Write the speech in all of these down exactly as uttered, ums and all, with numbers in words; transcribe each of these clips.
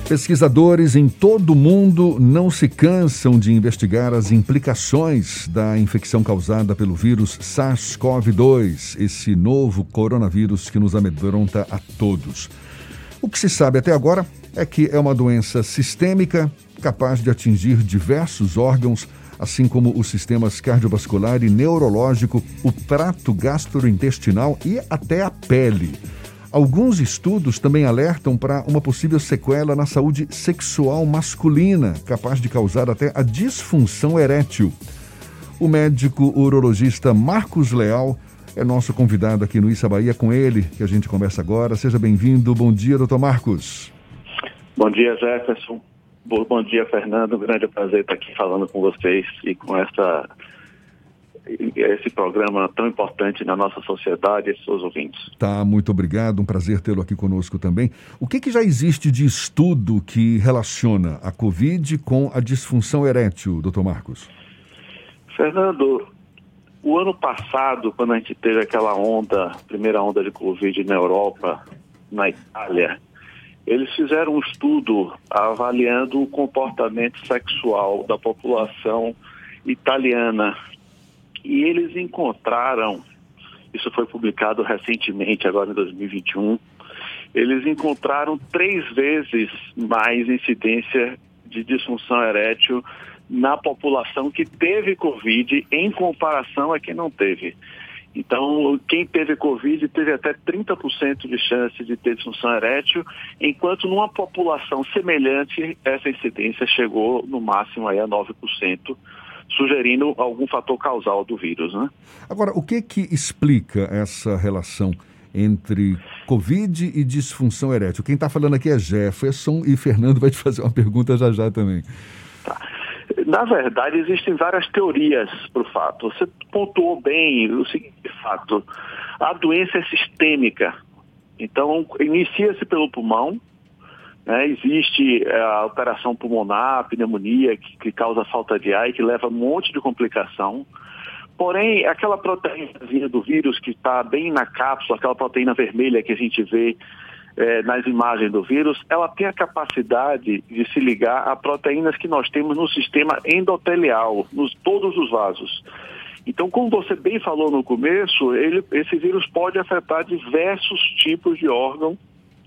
Pesquisadores em todo o mundo não se cansam de investigar as implicações da infecção causada pelo vírus SARS-CoV dois, esse novo coronavírus que nos amedronta a todos. O que se sabe até agora é que é uma doença sistêmica, capaz de atingir diversos órgãos, assim como os sistemas cardiovascular e neurológico, o trato gastrointestinal e até a pele. Alguns estudos também alertam para uma possível sequela na saúde sexual masculina, capaz de causar até a disfunção erétil. O médico urologista Marcos Leal é nosso convidado aqui no Issa Bahia, com ele que a gente conversa agora. Seja bem-vindo. Bom dia, doutor Marcos. Bom dia, Jefferson. Bom dia, Fernando. Um grande prazer estar aqui falando com vocês e com essa... esse programa tão importante na nossa sociedade e seus ouvintes. Tá, muito obrigado, um prazer tê-lo aqui conosco também. O que, que já existe de estudo que relaciona a Covid com a disfunção erétil, doutor Marcos? Fernando, o ano passado, quando a gente teve aquela onda, primeira onda de Covid na Europa, na Itália, eles fizeram um estudo avaliando o comportamento sexual da população italiana. E eles encontraram, isso foi publicado recentemente, agora em dois mil e vinte e um, eles encontraram três vezes mais incidência de disfunção erétil na população que teve Covid em comparação a quem não teve. Então, quem teve Covid teve até trinta por cento de chance de ter disfunção erétil, enquanto numa população semelhante, essa incidência chegou no máximo aí a nove por cento. Sugerindo algum fator causal do vírus, né? Agora, o que que explica essa relação entre Covid e disfunção erétil? Quem está falando aqui é Jefferson e Fernando vai te fazer uma pergunta já já também. Tá. Na verdade, existem várias teorias para o fato. Você pontuou bem o seguinte fato. A doença é sistêmica. Então, inicia-se pelo pulmão. É, existe é, a alteração pulmonar, a pneumonia, que, que causa falta de ar e que leva a um monte de complicação. Porém, aquela proteína do vírus que está bem na cápsula, aquela proteína vermelha que a gente vê é, nas imagens do vírus, ela tem a capacidade de se ligar a proteínas que nós temos no sistema endotelial, nos todos os vasos. Então, como você bem falou no começo, ele, esse vírus pode afetar diversos tipos de órgão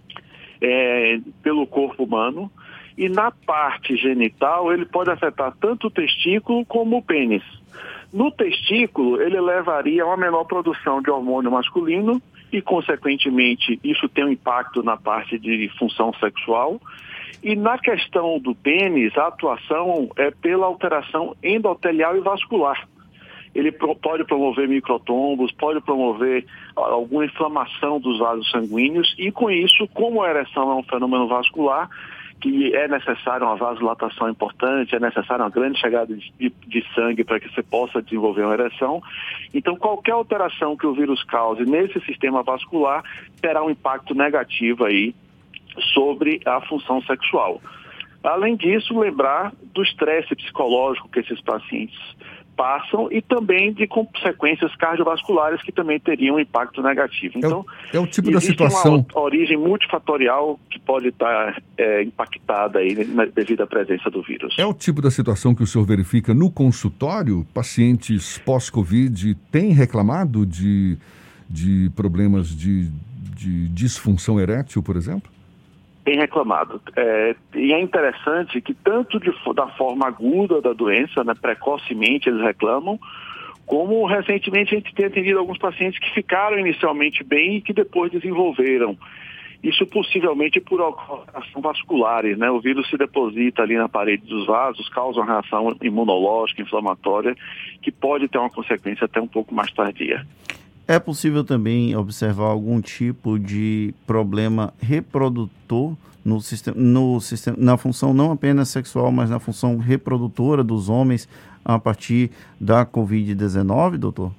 É, pelo corpo humano, e na parte genital ele pode afetar tanto o testículo como o pênis. No testículo ele levaria a uma menor produção de hormônio masculino e, consequentemente, isso tem um impacto na parte de função sexual. E na questão do pênis, a atuação é pela alteração endotelial e vascular. Ele pro, pode promover microtrombos, pode promover alguma inflamação dos vasos sanguíneos e, com isso, como a ereção é um fenômeno vascular, que é necessário uma vasodilatação importante, é necessário uma grande chegada de, de, de sangue para que você possa desenvolver uma ereção. Então, qualquer alteração que o vírus cause nesse sistema vascular terá um impacto negativo aí sobre a função sexual. Além disso, lembrar do estresse psicológico que esses pacientes passam e também de consequências cardiovasculares que também teriam um impacto negativo. Então, é o, é o tipo da situação... uma origem multifatorial que pode estar é, impactada aí devido à presença do vírus. É o tipo da situação que o senhor verifica no consultório? Pacientes pós-Covid têm reclamado de, de problemas de, de disfunção erétil, por exemplo? Tem reclamado. É, e é interessante que tanto de, da forma aguda da doença, né, precocemente eles reclamam, como recentemente a gente tem atendido alguns pacientes que ficaram inicialmente bem e que depois desenvolveram. Isso possivelmente por alteração vasculares, né? O vírus se deposita ali na parede dos vasos, causa uma reação imunológica, inflamatória, que pode ter uma consequência até um pouco mais tardia. É possível também observar algum tipo de problema reprodutor no sistema, no sistema, na função não apenas sexual, mas na função reprodutora dos homens a partir da covid dezenove, doutor?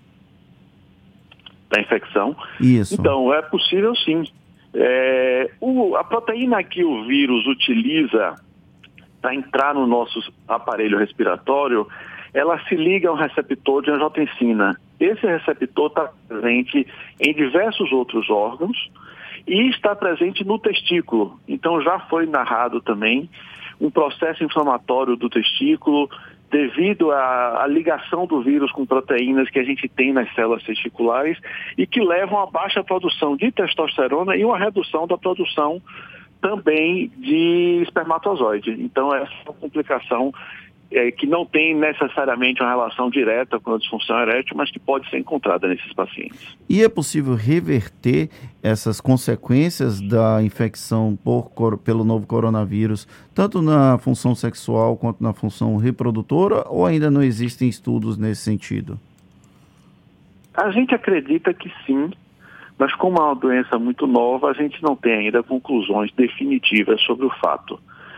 Da infecção? Isso. Então, é possível sim. É, o, a proteína que o vírus utiliza para entrar no nosso aparelho respiratório, ela se liga a um receptor de angiotensina. Esse receptor está presente em diversos outros órgãos e está presente no testículo. Então já foi narrado também um processo inflamatório do testículo devido à, à ligação do vírus com proteínas que a gente tem nas células testiculares e que levam a baixa produção de testosterona e uma redução da produção também de espermatozoide. Então essa é uma complicação é, que não tem necessariamente uma relação direta com a disfunção erétil, mas que pode ser encontrada nesses pacientes. E é possível reverter essas consequências da infecção por, pelo novo coronavírus, tanto na função sexual quanto na função reprodutora, ou ainda não existem estudos nesse sentido? A gente acredita que sim, mas como é uma doença muito nova, a gente não tem ainda conclusões definitivas sobre o fato.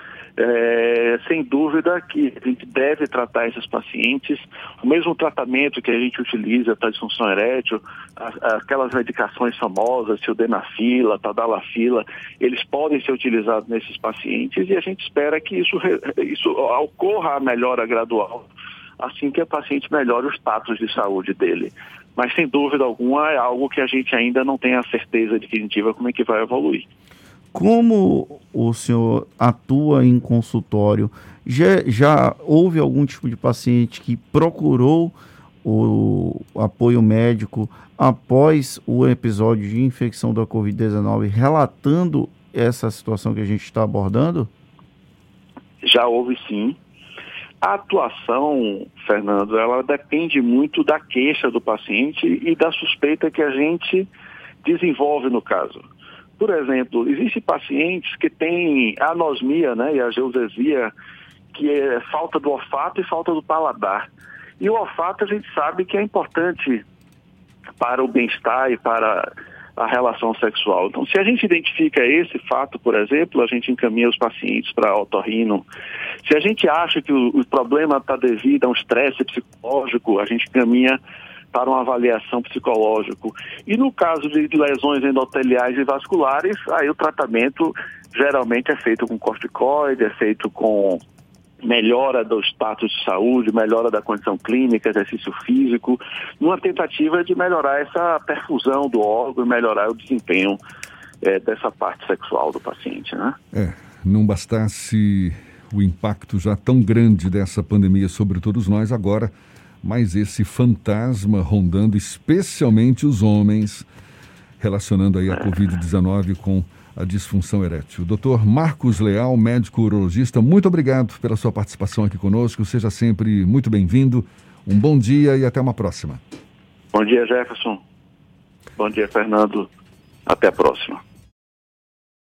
É, sem dúvida que a gente deve tratar esses pacientes, o mesmo tratamento que a gente utiliza para a disfunção erétil, a, aquelas medicações famosas, sildenafila, tadalafila, eles podem ser utilizados nesses pacientes e a gente espera que isso, isso ocorra a melhora gradual, assim que o paciente melhore o status de saúde dele. Mas sem dúvida alguma é algo que a gente ainda não tem a certeza definitiva como é que vai evoluir. Como o senhor atua em consultório, já, já houve algum tipo de paciente que procurou o apoio médico após o episódio de infecção da covid dezenove, relatando essa situação que a gente está abordando? Já houve sim. A atuação, Fernando, ela depende muito da queixa do paciente e da suspeita que a gente desenvolve no caso. Por exemplo, existem pacientes que têm anosmia, né, e a geudesia, que é falta do olfato e falta do paladar. E o olfato a gente sabe que é importante para o bem-estar e para a relação sexual. Então, se a gente identifica esse fato, por exemplo, a gente encaminha os pacientes para otorrino. Se a gente acha que o, o problema está devido a um estresse psicológico, a gente encaminha para uma avaliação psicológica. E no caso de lesões endoteliais e vasculares, aí o tratamento geralmente é feito com corticoide, é feito com melhora do status de saúde, melhora da condição clínica, exercício físico, numa tentativa de melhorar essa perfusão do órgão e melhorar o desempenho é, dessa parte sexual do paciente, né? É, não bastasse o impacto já tão grande dessa pandemia sobre todos nós, agora mas esse fantasma rondando especialmente os homens, relacionando aí a covid dezenove com a disfunção erétil. doutor Marcos Leal, médico urologista, muito obrigado pela sua participação aqui conosco. Seja sempre muito bem-vindo. Um bom dia e até uma próxima. Bom dia, Jefferson. Bom dia, Fernando. Até a próxima.